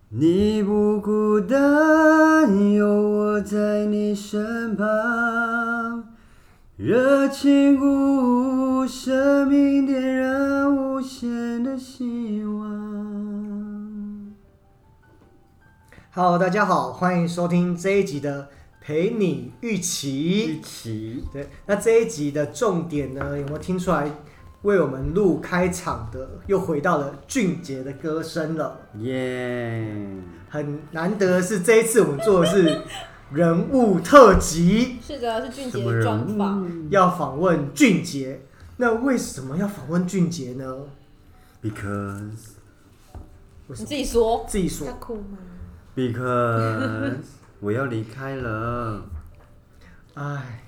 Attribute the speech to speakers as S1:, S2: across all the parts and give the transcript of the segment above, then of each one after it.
S1: 你不孤单，有我在你身旁，热情鼓舞，生命点燃无限的希望。
S2: Hello， 大家好，欢迎收听这一集的陪你预期。对，那这一集的重点呢，有没有听出来？为我们录开场的，又回到了俊杰的歌声了，
S1: 耶！
S2: 很难得的是，这一次我们做的是人物特辑，
S3: 是的，是俊杰的专访，
S2: 要访问俊杰。那为什么要访问俊杰呢
S1: Because
S3: 你自己说，
S2: 自己说。
S3: 要哭吗？
S1: Because 我要离开了。
S2: 哎，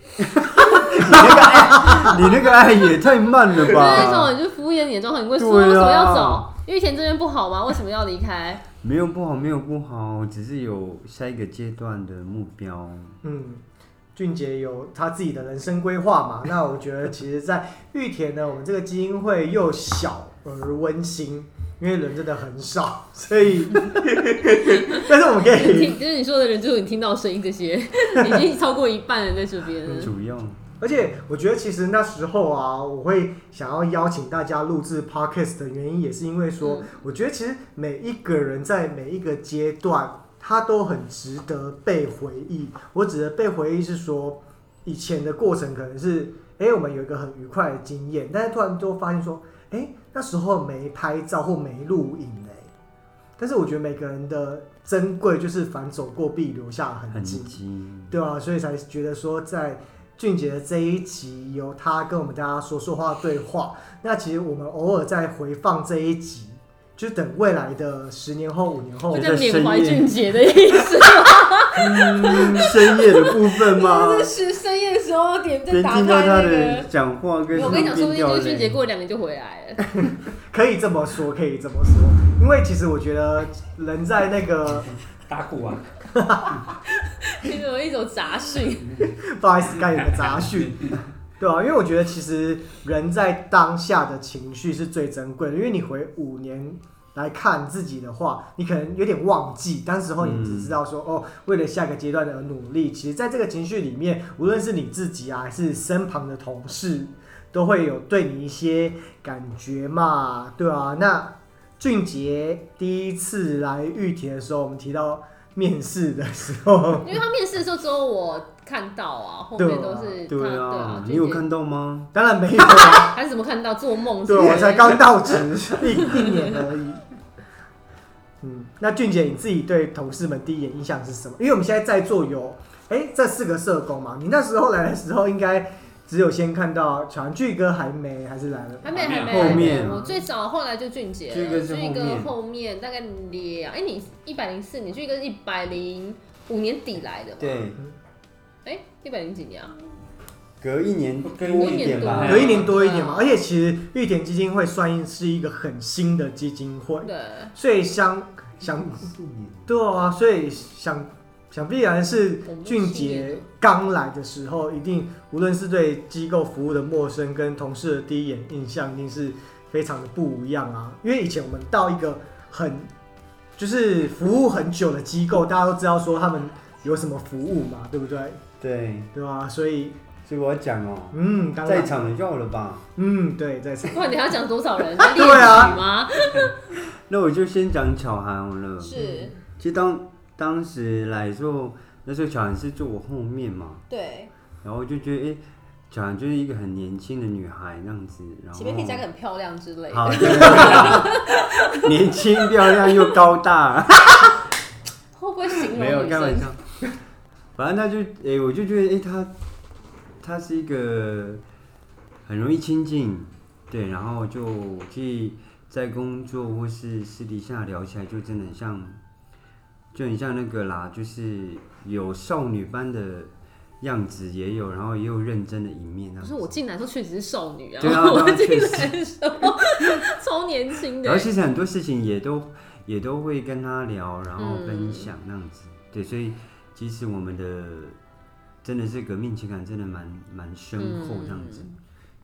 S1: 你那个爱也太慢了吧！
S3: 那种你就敷衍你的状况，你会说为什么要走？玉田这边不好吗？为什么要离开？
S1: 没有不好，没有不好，只是有下一个阶段的目标。
S2: 俊杰有他自己的人生规划嘛？那我觉得，其实，在玉田呢，我们这个基金会又小而温馨。因为人真的很少，所以，但是我们可以，
S3: 就是你说的人，就是你听到声音这些，已经超过一半人在这边了。
S1: 主要，
S2: 而且我觉得其实那时候啊，我会想要邀请大家录制 podcast 的原因，也是因为说，我觉得其实每一个人在每一个阶段，他都很值得被回忆。我指的被回忆是说，以前的过程可能是，我们有一个很愉快的经验，但是突然就发现说，那时候没拍照或没录影但是我觉得每个人的珍贵就是凡走过必留下痕迹，对啊，所以才觉得说在俊杰的这一集由他跟我们大家说话对话，那其实我们偶尔在回放这一集，就等未来的10年后、5年后，
S3: 在缅怀俊杰的意思吗？
S1: 深夜的部分吗？
S3: 是深夜的时候点再打开
S1: 听到他的讲话跟
S3: 我跟你讲，说不定就是俊杰过2年就回来了。
S2: 可以这么说，可以这么说，因为其实我觉得人在那个
S4: 打鼓啊，
S3: 你怎么一种杂讯？
S2: 不好意思，刚有个杂讯。对啊，因为我觉得其实人在当下的情绪是最珍贵的，因为你回5年来看自己的话，你可能有点忘记，当时候你只知道说，为了下个阶段的努力。其实，在这个情绪里面，无论是你自己啊，还是身旁的同事，都会有对你一些感觉嘛，对啊。那俊杰第一次来玉田的时候，我们提到面试的时候，
S3: 因为他面试的时候只有我看到啊，后面都是他。
S1: 对啊，你有看到吗？
S2: 当然没有啊，
S3: 还是怎么看到？做梦？
S2: 对，我才刚到职一年而已。那俊杰，你自己对同事们第一眼印象是什么？因为我们现在在座有这4个社工嘛，你那时候来的时候应该只有先看到小韩巨哥还没，还是来了？
S3: 还没，
S1: 后面
S3: 我最早后来就俊杰了，俊哥后面大概你104年，俊哥是105年底来的嘛？
S1: 对。
S3: 100几年啊？
S1: 隔1年多一点吧，
S2: 隔1年多一点嘛。而且其实玉田基金会算是一个很新的基金会，
S3: 对，
S2: 所以对啊，所以想必然是俊杰刚来的时候，一定无论是对机构服务的陌生，跟同事的第一眼印象，一定是非常的不一样啊。因为以前我们到一个就是服务很久的机构，大家都知道说他们有什么服务嘛，对不对？对吧？所以
S1: 我要讲在场的就好了吧？
S2: 对，在场。
S3: 不然你还要讲多少人？
S2: 对啊
S3: 吗？
S1: 那我就先讲巧涵好了。
S3: 是。
S1: 其实当时来的时候，那时候巧涵是坐我后面嘛。
S3: 对。
S1: 然后我就觉得，巧涵就是一个很年轻的女孩那样子。然后
S3: 前面可以加个很漂亮之类的。
S1: 好，年轻漂亮又高大。
S3: 会不会形容？
S1: 没有，开玩笑。反正他就我就觉得他是一个很容易亲近，对，然后就在工作或是私底下聊起来，就真的很像那个啦，就是有少女般的样子也有，然后也有认真的一面。
S3: 可是我进来的时候确实是少女啊，
S1: 对啊，
S3: 我进来的时候超年轻的。
S1: 然后其实很多事情也都会跟他聊，然后分享那样子，对，所以其实我们的真的是革命情感真的蛮深厚这样子。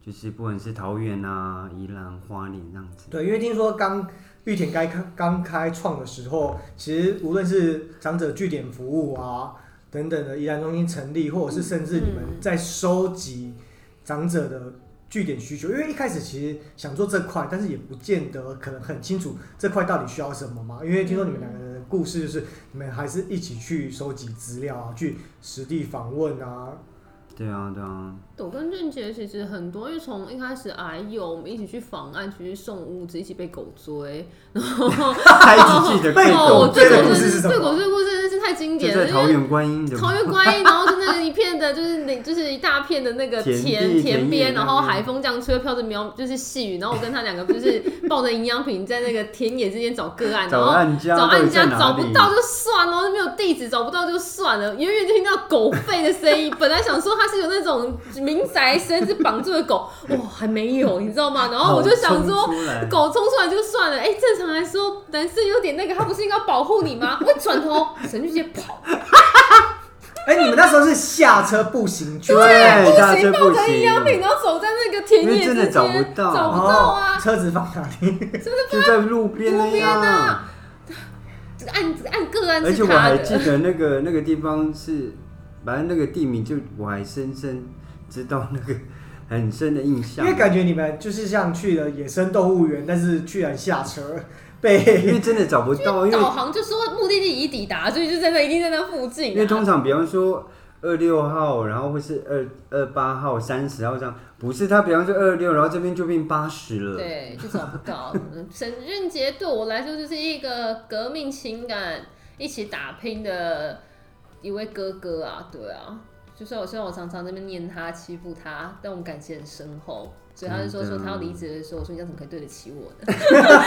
S1: 就是不管是桃园啊、宜兰、花莲这样子。
S2: 对，因为听说玉田刚开创的时候，其实无论是长者据点服务啊等等的宜兰中心成立，或者是甚至你们在收集长者的据点需求，因为一开始其实想做这块，但是也不见得可能很清楚这块到底需要什么嘛。因为听说你们两个人的故事就是你们还是一起去收集资料啊，去实地访问啊。
S1: 对啊，对啊。
S3: 我跟俊杰其实很多，因为从一开始我们一起去访案，去送物资，一起被狗追，然后
S1: 他一直记得被狗追
S2: 的故事是什么？
S3: 被狗追的故事真是太经典了。
S1: 就在桃园观音的。
S3: 桃园观音，然后就那个一片的，就是一大片的那个田边，然后海风这样吹，飘着就是细雨，然后我跟他两个就是抱着营养品在那个田野之间找个案，然后找案家找不到就算了，没有地址找不到就算了，远远就听到狗吠的声音，本来想说它是有那种民宅绳子绑住的狗，哇，还没有，你知道吗？然后我就想说，狗冲出来就算了，正常来说，男生有点那个，他不是应该保护你吗？我转头，神就直接跑。
S2: 你们那时候是下车步行去，
S3: 对，步行抱着营养品，然后走在那个田野之间，
S1: 真的找不到
S2: 啊！车子放哪里？
S1: 就在路边那样。
S3: 按个案，
S1: 而且我还记得那个地方是，反正那个地名就我还深深知道那个很深的印象。
S2: 因为感觉你们就是像去了野生动物园，但是居然下车。
S1: 因为真的找不到，因为
S3: 导航就说目的地已抵达，所以就一定在那附近。
S1: 因为通常比方说26号，然后或是28号、30号这样，不是他比方说26，然后这边就变80了。
S3: 对，就找不到。沈俊杰对我来说就是一个革命情感一起打拼的一位哥哥啊，对啊。虽然我常常在那边念他、欺负他，但我们感情很深厚。所以他就说他要离职的时候，我说你这样怎么可以对得起我呢？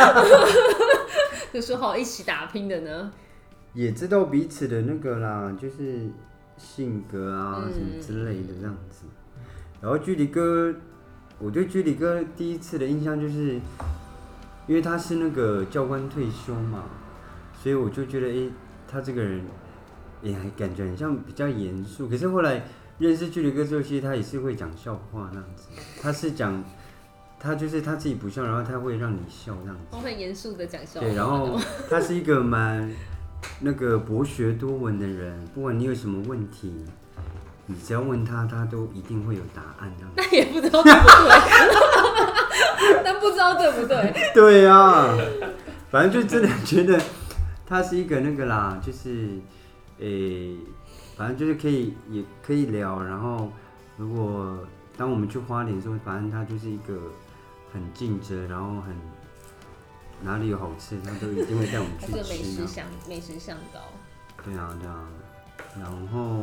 S3: 就说好一起打拼的呢，
S1: 也知道彼此的那个啦，就是性格啊什么之类的这样子。然后居里哥，我对居里哥第一次的印象就是，因为他是那个教官退休嘛，所以我就觉得他这个人也还感觉很像比较严肃。可是后来认识居里哥之后，其实他也是会讲笑话那样子。他就是他自己不笑，然后他会让你笑这样子。
S3: 我很严肃的讲笑话。
S1: 对，然后他是一个蛮那个博学多闻的人，不管你有什么问题，你只要问他，他都一定会有答案这样子。
S3: 那也不知道对不对，但不知道对不对。
S1: 对啊，反正就真的觉得他是一个那个啦，就是反正就是也可以聊，然后如果当我们去花莲的时候，反正他就是一个很尽责，然后很哪里有好吃，他都一定会带我们去吃。
S3: 这个美食向导。
S1: 对啊，对啊。然后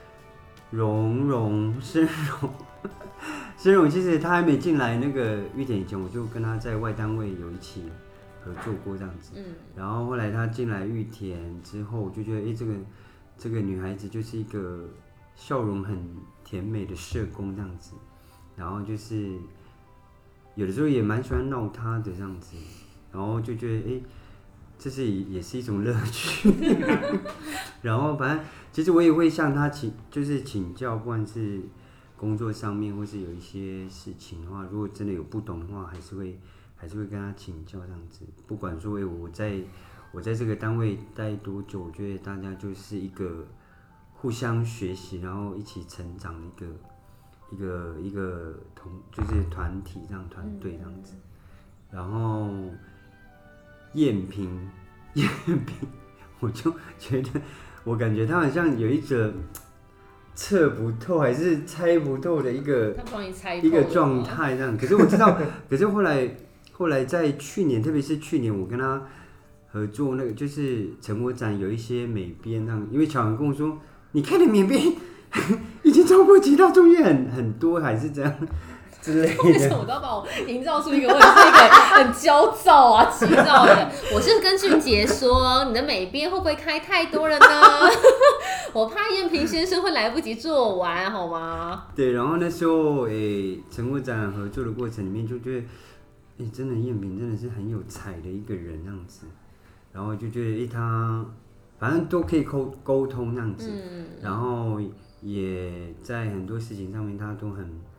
S1: 申荣其实他还没进来那个玉田以前，我就跟他在外单位有一起合作过这样子。然后后来他进来玉田之后，我就觉得这个女孩子就是一个笑容很甜美的社工这样子，然后就是有的时候也蛮喜欢闹她的这样子，然后就觉得这是也是一种乐趣。然后反正其实我也会向她请教，不管是工作上面或是有一些事情的话，如果真的有不懂的话，还是会跟她请教这样子。不管说我在这个单位待多久，我觉得大家就是一个互相学习，然后一起成长的一个就是团体这样团队这样子。然后燕平，我就觉得我感觉他好像有一个测不透还是猜不透的一个状态这样。可是我知道，可是后来在去年，特别是去年我跟他合作那个就是成果展有一些美编这样，因为巧文跟我说，你看的美编已经超过极大中业很多，还是这样之类的。
S3: 为什么都要把我营造出一个我是一个很焦躁啊、急躁的？我是跟俊杰说，你的美编会不会开太多了呢？我怕燕平先生会来不及做完，好吗？
S1: 对，然后那时候成果展合作的过程里面，就觉得真的燕平真的是很有才的一个人这样子。然后就觉得他反正都可以沟通那样子，然后也在很多事情上面他都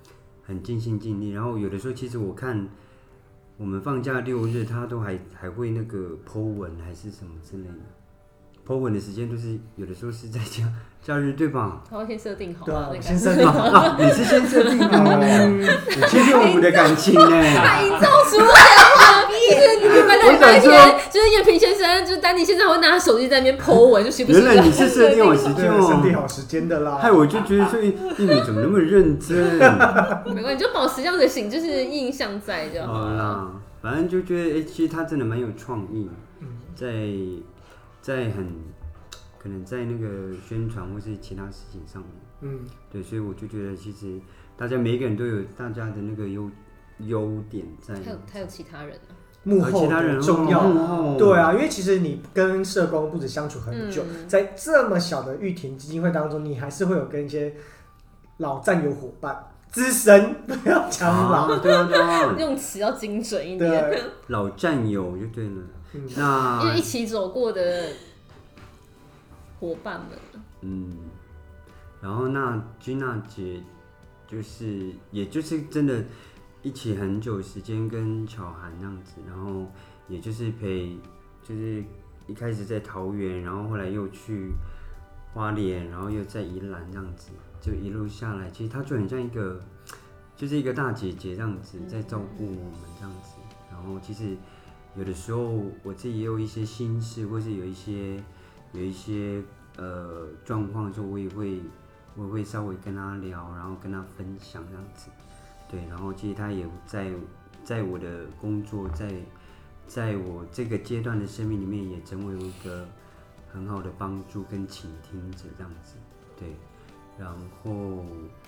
S1: 很尽心尽力。然后有的时候其实我看我们放假6日，他都还会那个 po 文还是什么之类的。po 文的时间都是有的时候是在假日对吧？
S3: 他会先设定好，
S2: 对啊，
S3: 那个
S2: 先设定好，
S1: 你是先设定好，你确定我们的感情呢？
S3: 他营造出来了，你明白的那一天，就是燕平先生，就是丹尼先生会拿手机在那边 po 文，就时不时。
S1: 原来你是设定好时间哦，
S2: 设定好时间的啦。
S1: 害我就觉得说，你怎么那么认真？
S3: 没关系，就保持这样的形，就是印象在就好了。
S1: 反正就觉得，其实他真的蛮有创意，在很可能在那个宣传或是其他事情上面，对，所以我就觉得其实大家每一个人都有大家的那个优点在。
S3: 还有其他人啊。
S2: 幕后的重要，对啊，因为其实你跟社工不止相处很久，在这么小的玉田基金会当中，你还是会有跟一些老战友伙伴。资深不要讲老，
S1: 对啊，
S3: 用词要精准一点。
S1: 老战友就对了，那
S3: 因为一起走过的伙伴们。
S1: 然后那君娜姐也就是真的一起很久时间跟巧涵那样子，然后也就是就是一开始在桃园，然后后来又去花莲，然后又在宜兰这样子。就一路下来，其实她就很像就是一个大姐姐这样子，在照顾我们这样子。然后其实有的时候我自己也有一些心事，或是有一些状况的时候，我也会稍微跟她聊，然后跟她分享这样子。对，然后其实她也在我的工作，在我这个阶段的生命里面，也成为一个很好的帮助跟倾听者这样子。对。然后，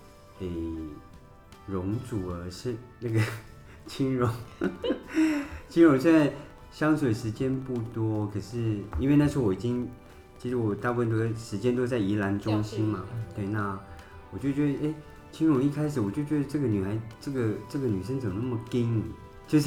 S1: 容祖儿是那个青蓉，青蓉现在相处的时间不多，可是因为那时候其实我大部分时间都在宜兰中心嘛，对，那我就觉得，青蓉一开始我就觉得这个女孩，这个女生怎么那么硬，就是，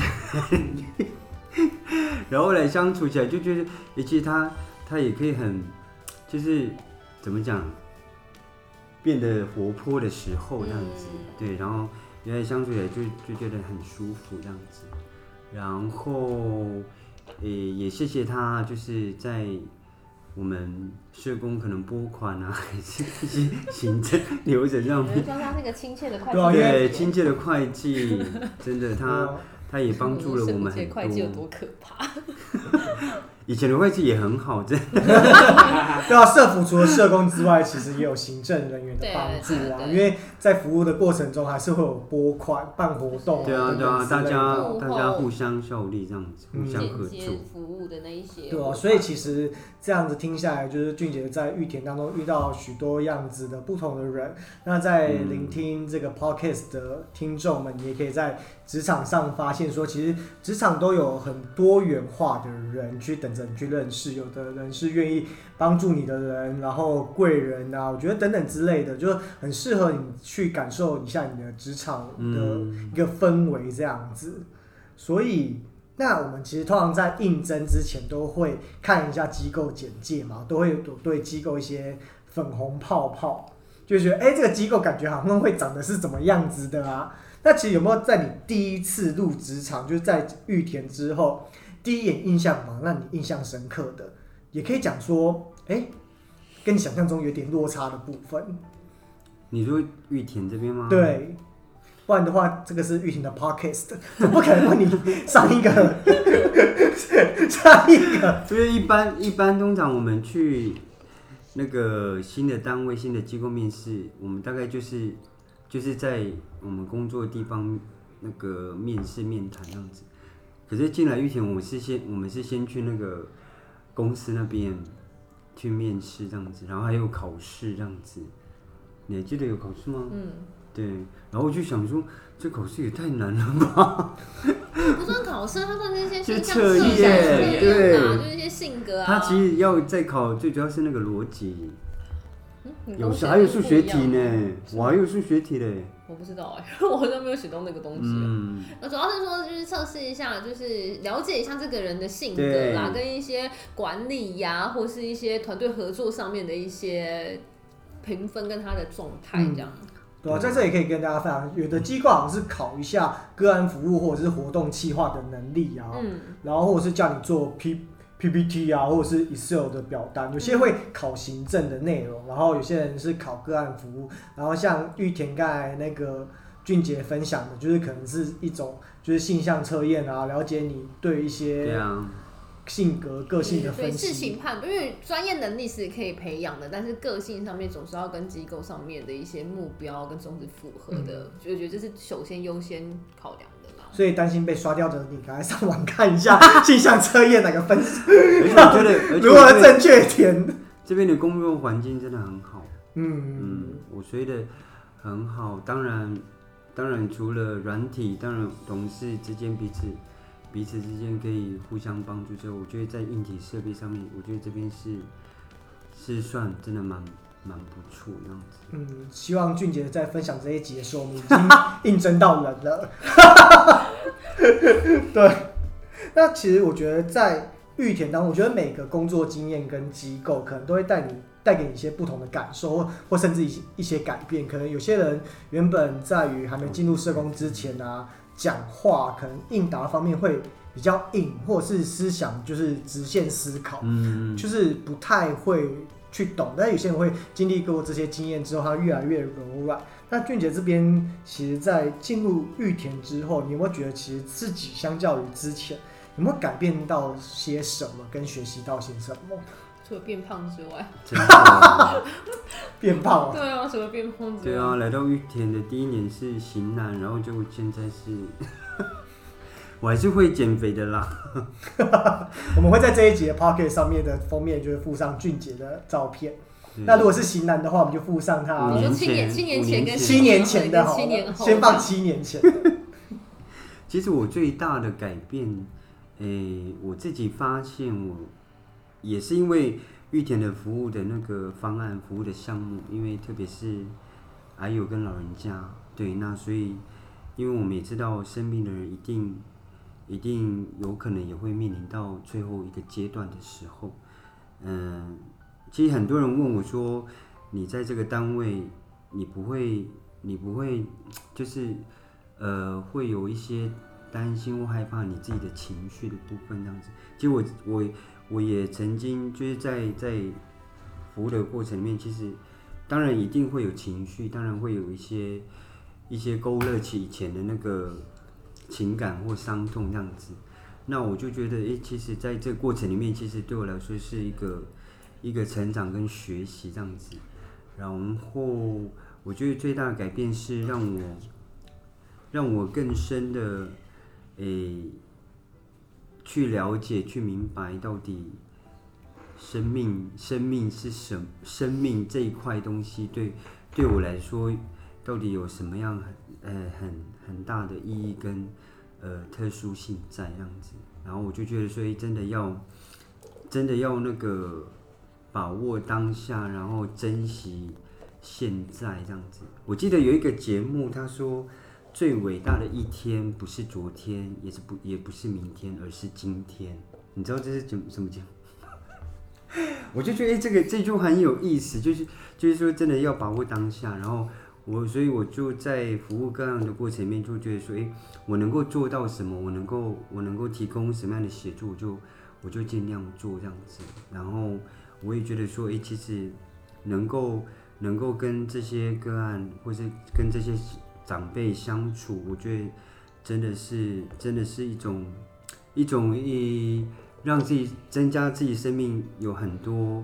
S1: 然后后来相处起来就觉得，其实她也可以很，就是怎么讲？变得活泼的时候这样子，对，然后原来相处起来就觉得很舒服这样子，然后也谢谢他，就是在我们社工可能拨款啊，还是一些行政流程上面，
S3: 教他那个亲切的会计，
S1: 对，亲切的会计，真的他也帮助了我们很多。
S3: 会计有多可怕？
S1: 以前的会计也很好，真的。
S2: 对啊，社福除了社工之外，其实也有行政人员的帮助啊。因为在服务的过程中，还是会有拨款、办活动。
S1: 对啊，大家互相效力这样子，互相合作。
S3: 服务的那一些。
S2: 对啊，所以其实这样子听下来，就是俊杰在玉田当中遇到许多样子的不同的人。那在聆听这个 podcast 的听众们，也可以在职场上发现说，其实职场都有很多元化的人去等着你去认识，有的人是愿意帮助你的人，然后贵人啊，我觉得等等之类的，就很适合你去感受一下你的职场的一个氛围这样子。所以，那我们其实通常在应征之前都会看一下机构简介嘛，都会有对机构一些粉红泡泡，就觉得这个机构感觉好像会长得是怎么样子的啊？那其实有没有在你第一次入职场，就是在玉田之后，第一眼印象嘛，让你印象深刻的，也可以讲说，跟你想象中有点落差的部分。
S1: 你说玉田这边吗？
S2: 对，不然的话，这个是玉田的 podcast， 不可能问你上一个。
S1: 就是一般通常我们去那个新的单位、新的机构面试，我们大概就是在我们工作的地方那个面试面谈这样子。可是进来玉田，我们是先去那个公司那边去面试这样子，然后还有考试这样子。你还记得有考试吗？对。然后我就想说，这考试也太难了吧？
S3: 不算考试，它算是一些
S1: 就测验，对，
S3: 就是一些性格啊。
S1: 它其实要再考，最主要是那个逻辑。有时还有数学题呢，我还有数学题嘞。
S3: 我不知道我好像没有写到那个东西。主要是说就是测试一下，就是了解一下这个人的性格啦，跟一些管理呀，或是一些团队合作上面的一些评分跟他的状态这样。
S2: 对啊，在这里可以跟大家分享，有的机构好像是考一下个案服务或者是活动企划的能力啊，然后或者是叫你做 PPT 啊，或者是 Excel 的表单，有些会考行政的内容，然后有些人是考个案服务，然后像玉田刚才那个俊杰分享的，就是可能是一种就是性向测验啊，了解你对一些性格、个性的分析，
S3: 事情判断，因为专业能力是可以培养的，但是个性上面总是要跟机构上面的一些目标跟宗旨符合的，就觉得这是首先优先考量的啦。
S2: 所以担心被刷掉的你，赶快上网看一下性向测验哪个分数，
S1: 而且我觉得
S2: 如何正确填。
S1: 这边的工作环境真的很好，我觉得很好。当然除了软体，当然同事之间彼此之间可以互相帮助之后，我觉得在硬体设备上面，我觉得这边是算真的蛮不错这样子。
S2: 希望俊杰在分享这一集的时候，我们已经应征到人了。对，那其实我觉得在玉田当中，我觉得每个工作经验跟机构可能都会带给你一些不同的感受，或甚至一些改变。可能有些人原本在于还没进入社工之前啊，讲话可能应答方面会比较硬，或者是思想就是直线思考，就是不太会去懂。但有些人会经历过这些经验之后，他越来越柔软。那俊杰这边，其实在进入玉田之后，你有没有觉得其实自己相较于之前，有没有改变到些什么，跟学习到些什么？
S3: 除了变胖之外，
S2: 变胖啊！
S3: 对啊，除了变胖之外，
S1: 对啊，来到玉田的第一年是型男，然后就现在是，我还是会减肥的啦。
S2: 我们会在这一集的 Podcast 上面的封面就会附上俊杰的照片。那如果是型男的话，我们就附上他
S3: 7年前跟
S2: 7年前的好了，
S3: 7年后，
S2: 先放7年前。
S1: 其实我最大的改变，我自己发现我也是因为玉田的服务的那个方案、服务的项目，因为特别是还有跟老人家，对，那所以因为我们也知道生病的人一定有可能也会面临到最后一个阶段的时候，其实很多人问我说，你在这个单位，你不会就是会有一些担心或害怕你自己的情绪的部分这样子。其实我也曾经就是在服务的过程里面，其实当然一定会有情绪，当然会有一些勾勒起以前的那个情感或伤痛这样子。那我就觉得，其实在这个过程里面，其实对我来说是一个成长跟学习这样子。然后我觉得最大的改变是让我更深的去了解、去明白到底生命是什么，生命这一块东西对我来说到底有什么样很大的意义跟特殊性在这样子。然后我就觉得，所以真的要那个把握当下，然后珍惜现在这样子。我记得有一个节目，他说最伟大的一天不是昨天，也不是明天，而是今天。你知道这是什么节目？我就觉得这句很有意思，就是说真的要把握当下。然后所以我就在服务个案的过程里面，就觉得说，我能够做到什么，我能够提供什么样的协助，我就尽量做这样子。然后我也觉得说，其实能够跟这些个案，或是跟这些长辈相处，我觉得真的是一种让自己增加自己生命有很多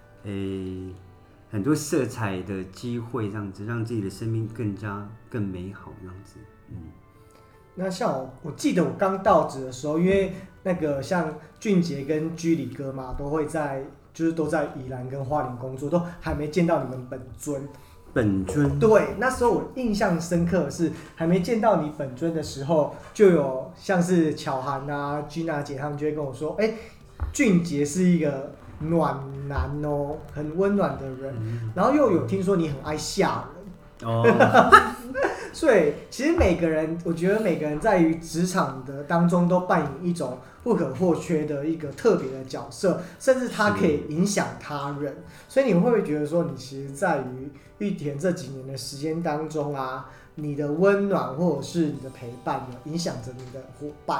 S1: 色彩的机会，这样子让自己的生命更美好这样子。
S2: 那像我记得我刚到职的时候，因为那个像俊杰跟居里哥嘛，都在宜兰跟花莲工作，都还没见到你们本尊。对，那时候我印象深刻的是，还没见到你本尊的时候，就有像是巧涵啊、君娜姐他们就会跟我说，俊杰是一个暖男哦，很温暖的人。然后又有听说你很爱吓人。 所以其实我觉得每个人在于职场的当中都扮演一种不可或缺的一个特别的角色，甚至它可以影响他人。所以你会不会觉得说，你其实在于玉田这几年的时间当中啊，你的温暖或者是你的陪伴有影响着你的伙伴？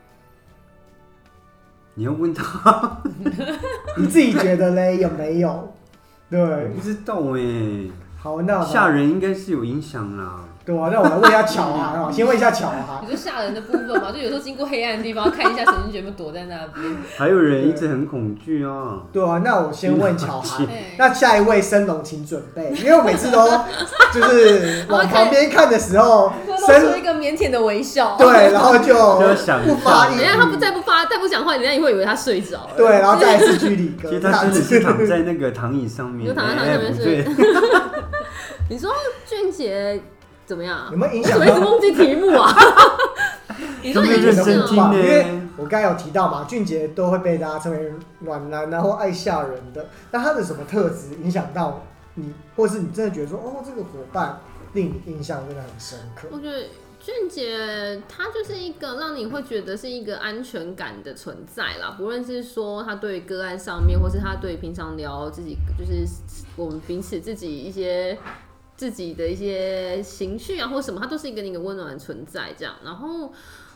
S1: 你要问他，
S2: 你自己觉得嘞，有没有？对，
S1: 不知道哎。
S2: 好，那
S1: 吓人应该是有影响啦。
S2: 对啊，那我来问一下巧涵啊，先问一下巧涵。
S3: 你说吓人的部分嘛，就有时候经过黑暗的地方，看一下神经节目躲在那边。
S1: 还有人一直很恐惧啊。
S2: 对啊，那我先问巧涵，那下一位生龙请准备，因为我每次都就是往旁边看的时候，
S3: 露出一个腼腆的微笑。
S2: 对，然后就不发
S3: 一。人家他再不讲话，人家也会以为他睡着了。
S2: 对，然后再来是居里哥。
S1: 其实他真的是躺在那个躺椅上面，
S3: 就躺在躺椅上面睡。你说俊杰怎么样？
S2: 有没有影响？
S3: 我一直忘记题目啊。你说
S1: 认真听呢？
S2: 因为我刚才有提到嘛，俊杰都会被大家称为暖男，然后爱吓人的。那他的什么特质影响到你，或是你真的觉得说，哦，这个伙伴令你印象真的很深刻？
S3: 我觉得俊杰他就是一个让你会觉得是一个安全感的存在啦，不论是说他对个案上面，或是他对平常聊自己，就是我们彼此自己的一些情绪啊，或什么，它都是一个温暖的存在这样。然后，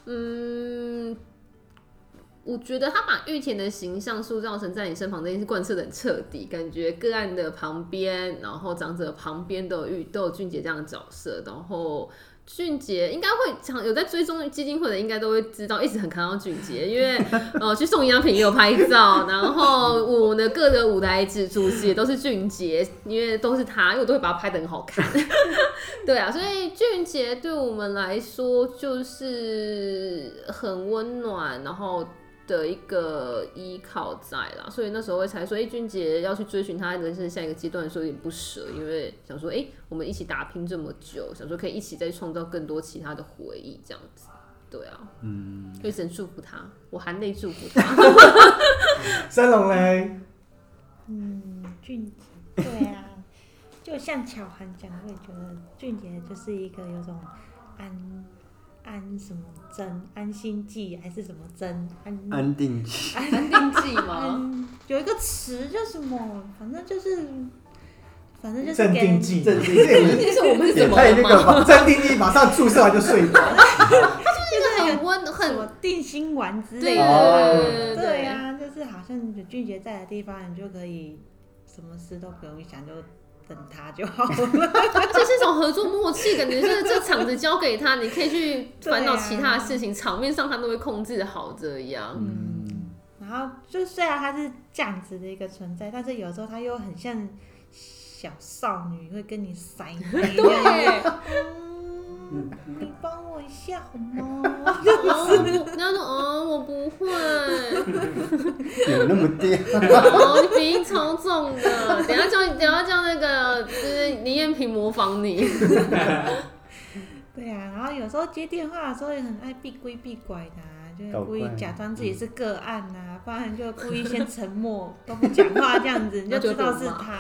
S3: 我觉得他把玉田的形象塑造成在你身旁这件事贯彻的很彻底，感觉个案的旁边，然后长者旁边都有俊杰这样的角色，然后。俊杰应该会有在追踪基金会的，应该都会知道，一直很看到俊杰，因为去送营养品也有拍照，然后我的各个舞台主持也都是俊杰，因为都是他，因为我都会把他拍得很好看。对啊，所以俊杰对我们来说就是很温暖，然后的一个依靠在啦，所以那时候会才说，俊杰要去追寻他人生下一个阶段的时候有点不舍，因为想说，我们一起打拼这么久，想说可以一起再创造更多其他的回忆，这样子，对啊，所以只能祝福他，我含泪祝福他。
S2: 森龙嘞，
S4: 俊杰，对啊，就像巧涵讲，我也觉得俊杰就是一个有种安什么针？安心剂还是什么针？
S1: 安定剂？
S3: 安定剂吗？
S4: 有一个词叫什么？反正就是
S2: 镇定剂。镇定
S3: 剂是我们什么
S2: 吗？镇定剂马上注射完就睡着。
S3: 它就是一个很
S4: 定心丸之类的。对啊，就是好像有俊杰在的地方，你就可以什么事都不用想，就等他就好了。
S3: 这是一种合作默契，感觉是这场子交给他，你可以去烦恼其他的事情，场面上他都会控制好这样。
S4: 然后就虽然他是这样子的一个存在，但是有时候他又很像小少女，会跟你塞奶。
S3: 对。
S4: 你帮我一下好吗？
S3: 然后说我不会。
S1: 有那么嗲？
S3: 你鼻音超重的，等一下叫那个就是林彦平模仿你。
S4: 对啊，然后有时候接电话的时候也很爱避规避拐的就是故意假装自己是个案不然就故意先沉默都不讲话这样子，你就知道是他。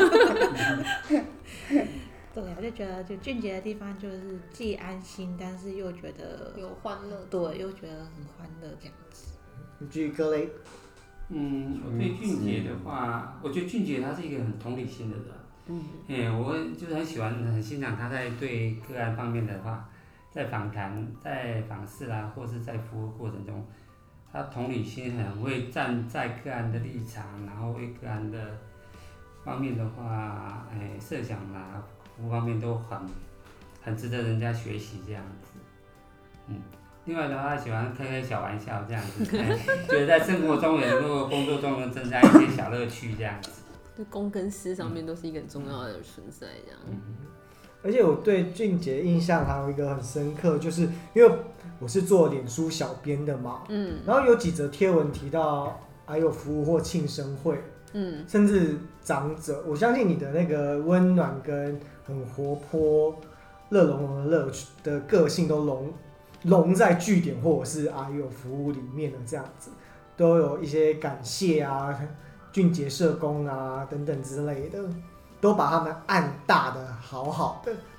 S4: 对，我就觉得就俊杰的地方就是既安心，但是又觉得
S3: 有欢乐，
S4: 对，又觉得很欢乐这样子。
S2: 据各类，
S5: 我对俊杰的话，我觉得俊杰他是一个很同理心的人。我就是很欣赏他在对个案方面的话，在访谈、在访视啦，或是在服务过程中，他同理心很会站在个案的立场，然后为个案的方面的话，设想啦。服务方面都很值得人家学习这样子，另外的话，喜欢开小玩笑这样子，觉得在生活中也能够工作中能增加一些小乐趣这样子。
S3: 对公跟私上面都是一个很重要的存在这样。
S2: 而且我对俊杰印象还有一个很深刻，就是因为我是做脸书小编的嘛，然后有几则贴文提到还有服务或庆生会。甚至长者，我相信你的那个温暖跟很活泼、热融融的个性都融在据点或者是有服务里面的这样子，都有一些感谢俊杰社工等等之类的，都把他们按大的好好的，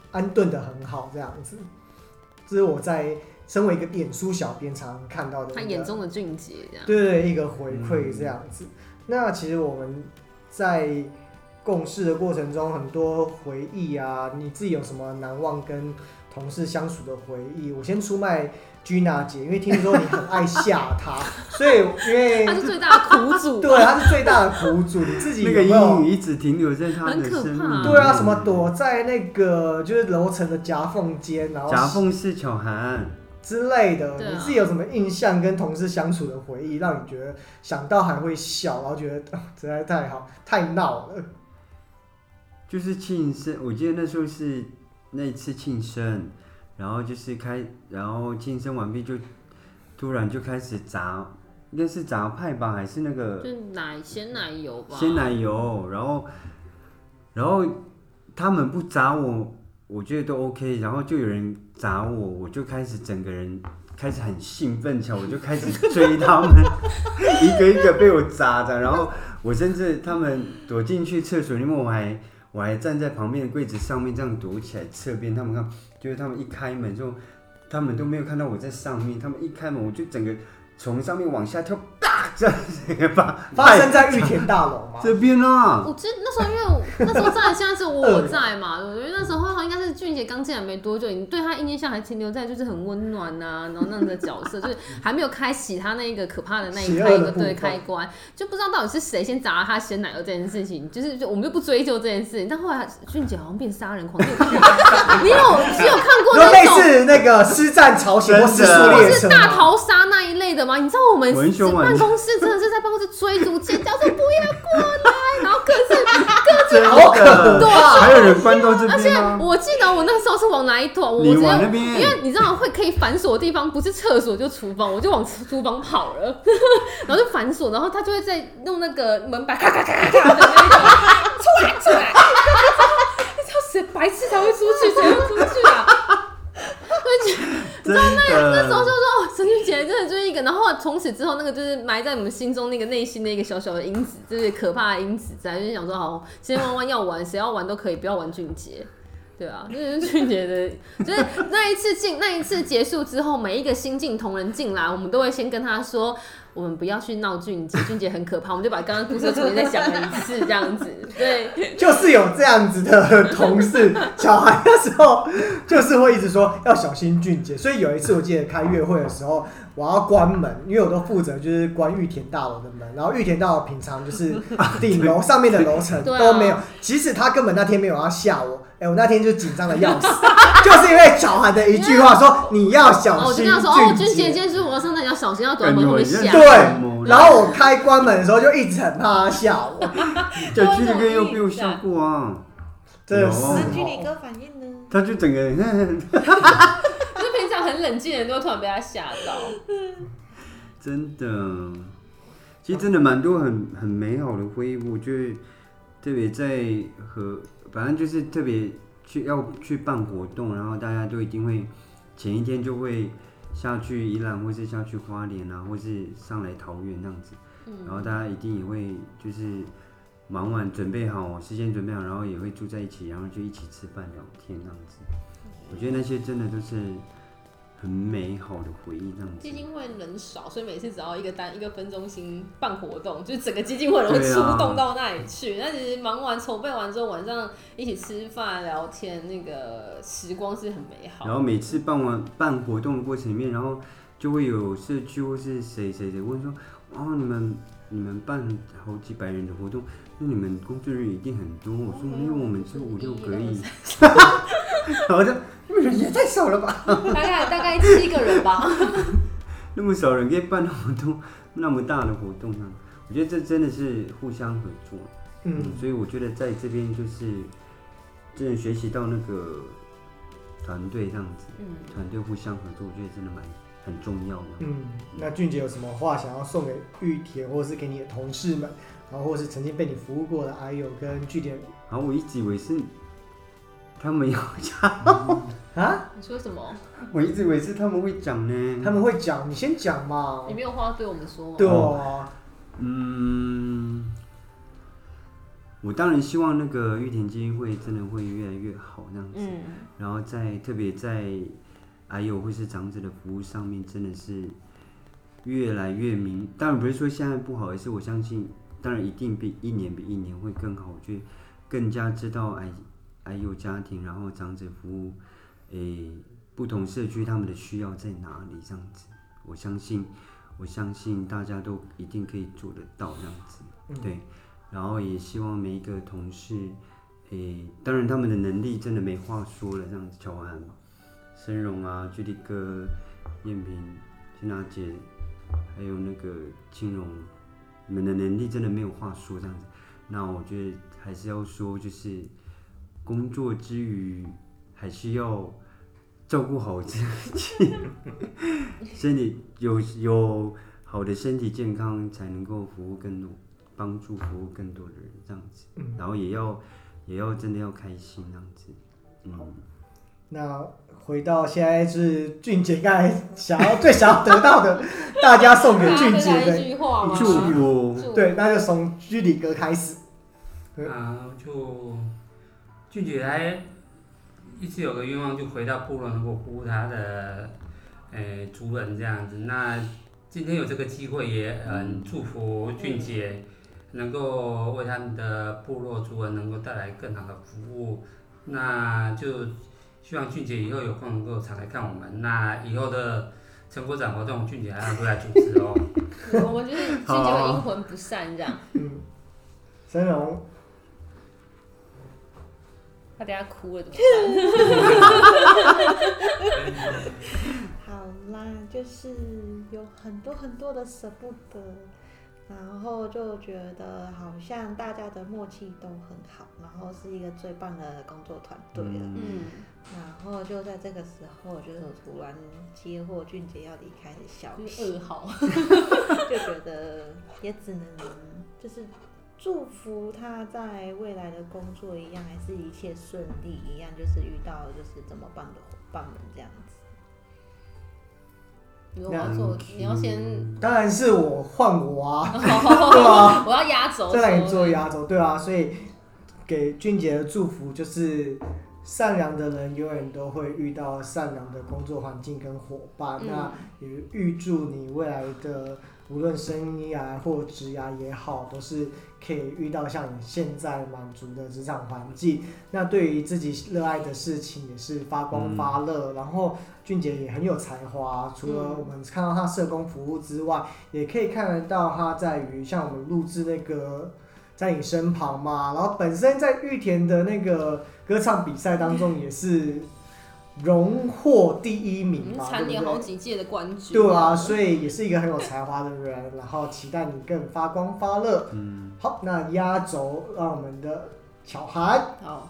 S2: 安顿的很好这样子。这是我在身为一个脸书小编常常看到的
S3: 他眼中的俊杰这样。
S2: 对，一个回馈这样子。那其实我们在共事的过程中，很多回忆啊，你自己有什么难忘跟同事相处的回忆？我先出卖Gina 姐，因为听说你很爱吓她，所以因为
S3: 他是最大的苦主，
S2: 对，她是最大的苦主。你自己有没有
S1: 那个阴影一直停留在她的生命？
S2: 对啊，什么躲在那个就是楼层的夹缝间，然后
S1: 夹缝式巧涵
S2: 之类的，
S3: 啊、
S2: 你自己有什么印象跟同事相处的回忆，让你觉得想到还会笑，然后觉得实在太好太闹了？
S1: 就是庆生，我记得那时候是那一次庆生，然后就是然后庆生完毕就突然就开始炸，应该是炸派吧，还是那个
S3: 就鲜奶油吧？
S1: 鲜奶油，然后他们不砸我觉得都 OK， 然后就有人砸我就开始整个人开始很兴奋起来，我就开始追他们，一个一个被我砸的，然后我甚至他们躲进去厕所里面，我还站在旁边的柜子上面这样躲起来侧边，他们看，就是他们一开门之后，他们都没有看到我在上面，他们一开门我就整个从上面往下跳，这样子
S2: 发生在玉田大楼吗？
S1: 这边啊！
S3: 我记得那时候，因为那时候在，现在是我在嘛，我觉得那时候应该是俊杰刚进来没多久，你对他印象还停留在就是很温暖啊，然后那样的角色，就是还没有开启他那个可怕的那一开关，就不知道到底是谁先砸了他鲜奶油这件事情，就是我们就不追究这件事情，但后来俊杰好像变杀人狂，你有看过那种
S2: 类似那个师战朝鲜或师速列车，
S3: 是大逃杀那一类的吗？你知道我们办公室真的是在办公室追逐尖叫说不要过来，然后各自
S2: 好可怕，
S1: 还有人关到这边吗？
S3: 而且我记得我那时候是往哪一头，
S1: 你往那边，
S3: 因为你知道可以反锁的地方不是厕所就厨房，我就往厨房跑了，然后就反锁，然后他就会在用那个门板咔咔咔咔的那个出来，你知道白痴才会出去，谁会出去啊？你知道那时候就说陈俊杰真的就是一个，然后从此之后那个就是埋在我们心中那个内心的一个小小的因子，就是可怕的因子在，就是想说好，今天玩要玩，谁要玩都可以，不要玩俊杰。对啊，就是俊杰的，就是那一次结束之后，每一个新进同仁进来，我们都会先跟他说，我们不要去闹俊杰，俊杰很可怕，我们就把刚刚故事重新再讲了一次，这样子。对，
S2: 就是有这样子的同事，小孩那时候就是会一直说要小心俊杰，所以有一次我记得开月会的时候，我要关门，因为我都负责就是关玉田大楼的门，然后玉田大楼平常就是顶楼上面的楼层都没有，即使他根本那天没有要吓我。我那天就紧张的要死，就是因为小韩的一句话说你要小心俊杰。
S3: 我就跟他说俊杰今天就是我要上台，你要小心，要躲在门后面吓。
S2: 对，然后我开关门的时候就一直很怕他吓我。
S1: 就距离哥又被我吓过啊，
S2: 真的是。
S4: 那距离哥反应呢？
S1: 他就整个人，
S3: 就平常很冷静的人都突然被他吓到。
S1: 真的，其实真的蛮多很美好的回忆，我觉得特别在反正就是特别要去办活动，然后大家都一定会前一天就会下去宜兰，或是下去花莲啊，或是上来桃园这样子，然后大家一定也会就是忙完准备好，事先准备好，然后也会住在一起，然后就一起吃饭聊天这样子。我觉得那些真的都是很美好的回忆，这样子。
S3: 基金会人少，所以每次只要一个分中心办活动，就是整个基金会人会出动到那里去。那其实忙完筹备完之后，晚上一起吃饭聊天，那个时光是很美好。
S1: 然后每次办活动的过程里面，然后就会有社区或是谁问说，哦，你们办好几百人的活动，那你们工作人员一定很多。我说没有，我们只有5、6个而已。然后就人也太少了吧？
S3: 大概7个人吧。
S1: 那么少人可以办那么大的活动呢？我觉得这真的是互相合作。所以我觉得在这边就是真的学习到那个团队这样子，团队互相合作，我觉得真的很重要的。
S2: 那俊杰有什么话想要送给玉田，或者是给你的同事们，然后或是曾经被你服务过的阿友跟据点？
S1: 然后我一直以为是他们要讲
S2: 啊？
S3: 你说什么？
S1: 我一直以为是他们会讲呢。
S2: 他们会讲，你先讲嘛。
S3: 你没有话对我们说吗？
S2: 对啊。
S1: 我当然希望那个玉田基金会真的会越来越好这样子，然后特别在还有或是长者的服务上面，真的是越来越明。当然不是说现在不好，而是我相信，当然一定比一年会更好。我觉得更加知道还有家庭，然后长者服务，不同社区他们的需要在哪里这样子。我相信大家都一定可以做得到这样子，对。然后也希望每一个同事，当然他们的能力真的没话说了，这样子，乔涵、申荣啊、居里哥、燕萍、欣娜姐，还有那个青荣，你们的能力真的没有话说这样子。那我觉得还是要说，就是工作之余还是要照顾好自己，身体有好的身体健康，才能够帮助服务更多的人这样子，然后也要真的要开心这样子，
S2: 那回到现在是俊杰刚才最想要得到的，大家送给俊杰的
S1: 祝福，
S2: 对，那就从居里哥开始。
S5: 就俊杰还一直有个愿望，就回到部落能够服务他的族人这样子。那今天有这个机会，也很祝福俊杰能够为他们的部落族人能够带来更好的服务。那就希望俊杰以后有空能够常来看我们。那以后的成果展活动，俊杰还要回来主持哦。
S3: 我们就是俊杰会阴魂不散这样。
S2: 申荣。
S3: 他等下哭了怎么办？
S4: 好啦，就是有很多的舍不得，然后就觉得好像大家的默契都很好，然后是一个最棒的工作团队了。然后就在这个时候，就是我突然接获俊杰要离开的消息，
S3: 噩耗，
S4: 就觉得也只能就是祝福他在未来的工作一样，还是一切顺利一样，就是遇到就是这么棒的伙伴们这样子。
S3: 你要先，
S2: 当然是我换我啊，
S3: 对啊，我要压轴，
S2: 再来你做压轴，对啊，所以给俊杰的祝福就是善良的人永远都会遇到善良的工作环境跟伙伴，那也预祝你未来的无论生涯或职涯也好，都是可以遇到像你现在满足的职场环境。那对于自己热爱的事情也是发光发热。然后俊杰也很有才华，除了我们看到他社工服务之外，也可以看得到他在于像我们录制那个在你身旁嘛，然后本身在玉田的那个歌唱比赛当中也是荣获第1名嘛，
S3: 蝉联好几届的冠军。
S2: 对啊，所以也是一个很有才华的人，然后期待你更发光发热。好，那压轴让我们的巧涵。
S3: 好，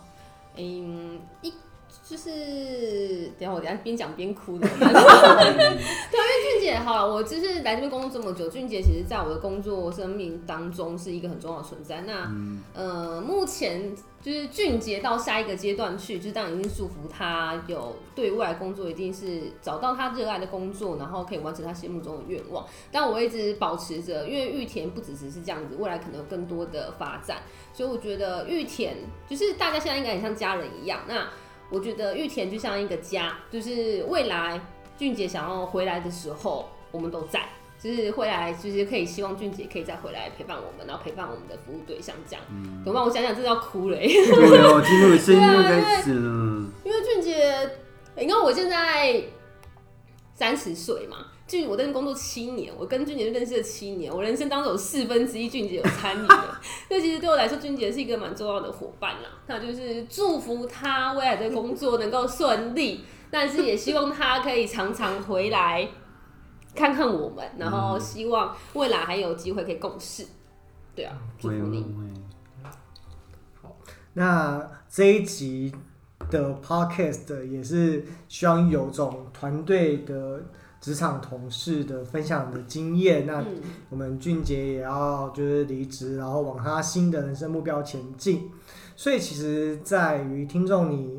S3: 就是等一下我边讲边哭的。对，因为俊杰好了，我就是来这边工作这么久，俊杰其实在我的工作生命当中是一个很重要的存在。那目前就是俊杰到下一个阶段去，就是当然已经祝福他有对未来工作一定是找到他热爱的工作，然后可以完成他心目中的愿望。但我一直保持着，因为玉田不只是这样子，未来可能有更多的发展，所以我觉得玉田就是大家现在应该很像家人一样。那我觉得玉田就像一个家，就是未来俊杰想要回来的时候，我们都在，就是回来，就是可以希望俊杰可以再回来陪伴我们，然后陪伴我们的服务对象这样。懂吗？我想想，真的要哭了。
S1: 对哦，听那个声音就开始了。
S3: 因为俊杰，你看我现在30岁嘛。我在那工作7年，我跟俊杰认识了7年，我人生当中有1/4俊杰有参与的，所以其实对我来说，俊杰是一个蛮重要的伙伴啦。那就是祝福他未来的工作能够顺利，但是也希望他可以常常回来看看我们，然后希望未来还有机会可以共事。对啊，祝福你。
S2: 好，那这一集的 podcast 也是希望有种团队的职场同事的分享的经验，那我们俊杰也要就是离职，然后往他新的人生目标前进。所以其实在于听众你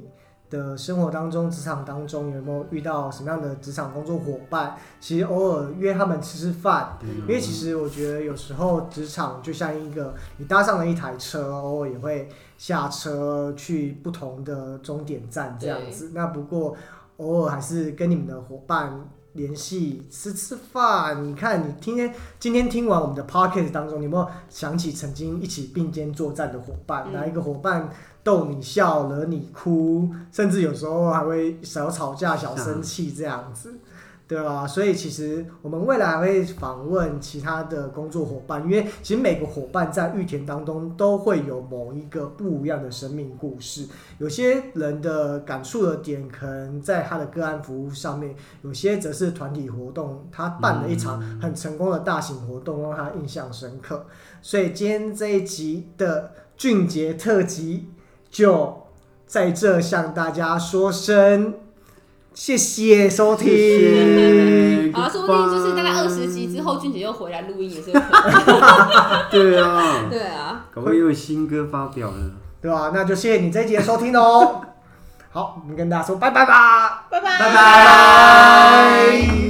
S2: 的生活当中、职场当中有没有遇到什么样的职场工作伙伴？其实偶尔约他们吃饭，因为其实我觉得有时候职场就像一个你搭上了一台车，偶尔也会下车去不同的终点站这样子。那不过偶尔还是跟你们的伙伴联系吃饭。你看你今天听完我们的 podcast 当中，你有没有想起曾经一起并肩作战的伙伴？哪一个伙伴逗你笑、惹你哭，甚至有时候还会小吵架、小生气这样子，对啊，所以其实我们未来还会访问其他的工作伙伴，因为其实每个伙伴在玉田当中都会有某一个不一样的生命故事。有些人的感触的点可能在他的个案服务上面，有些则是团体活动，他办了一场很成功的大型活动，让他印象深刻。所以今天这一集的俊杰特辑就在这向大家说声谢谢收听。
S1: 谢谢
S3: 好，说不定就是大概20集之后，俊杰又回来录音也是有可能。
S1: 对啊，
S3: 对啊，
S1: 搞不好又有新歌发表了，
S2: 对吧？那就谢谢你这一集的收听哦。好，我们跟大家说拜拜吧，
S4: 拜拜。
S2: 拜拜。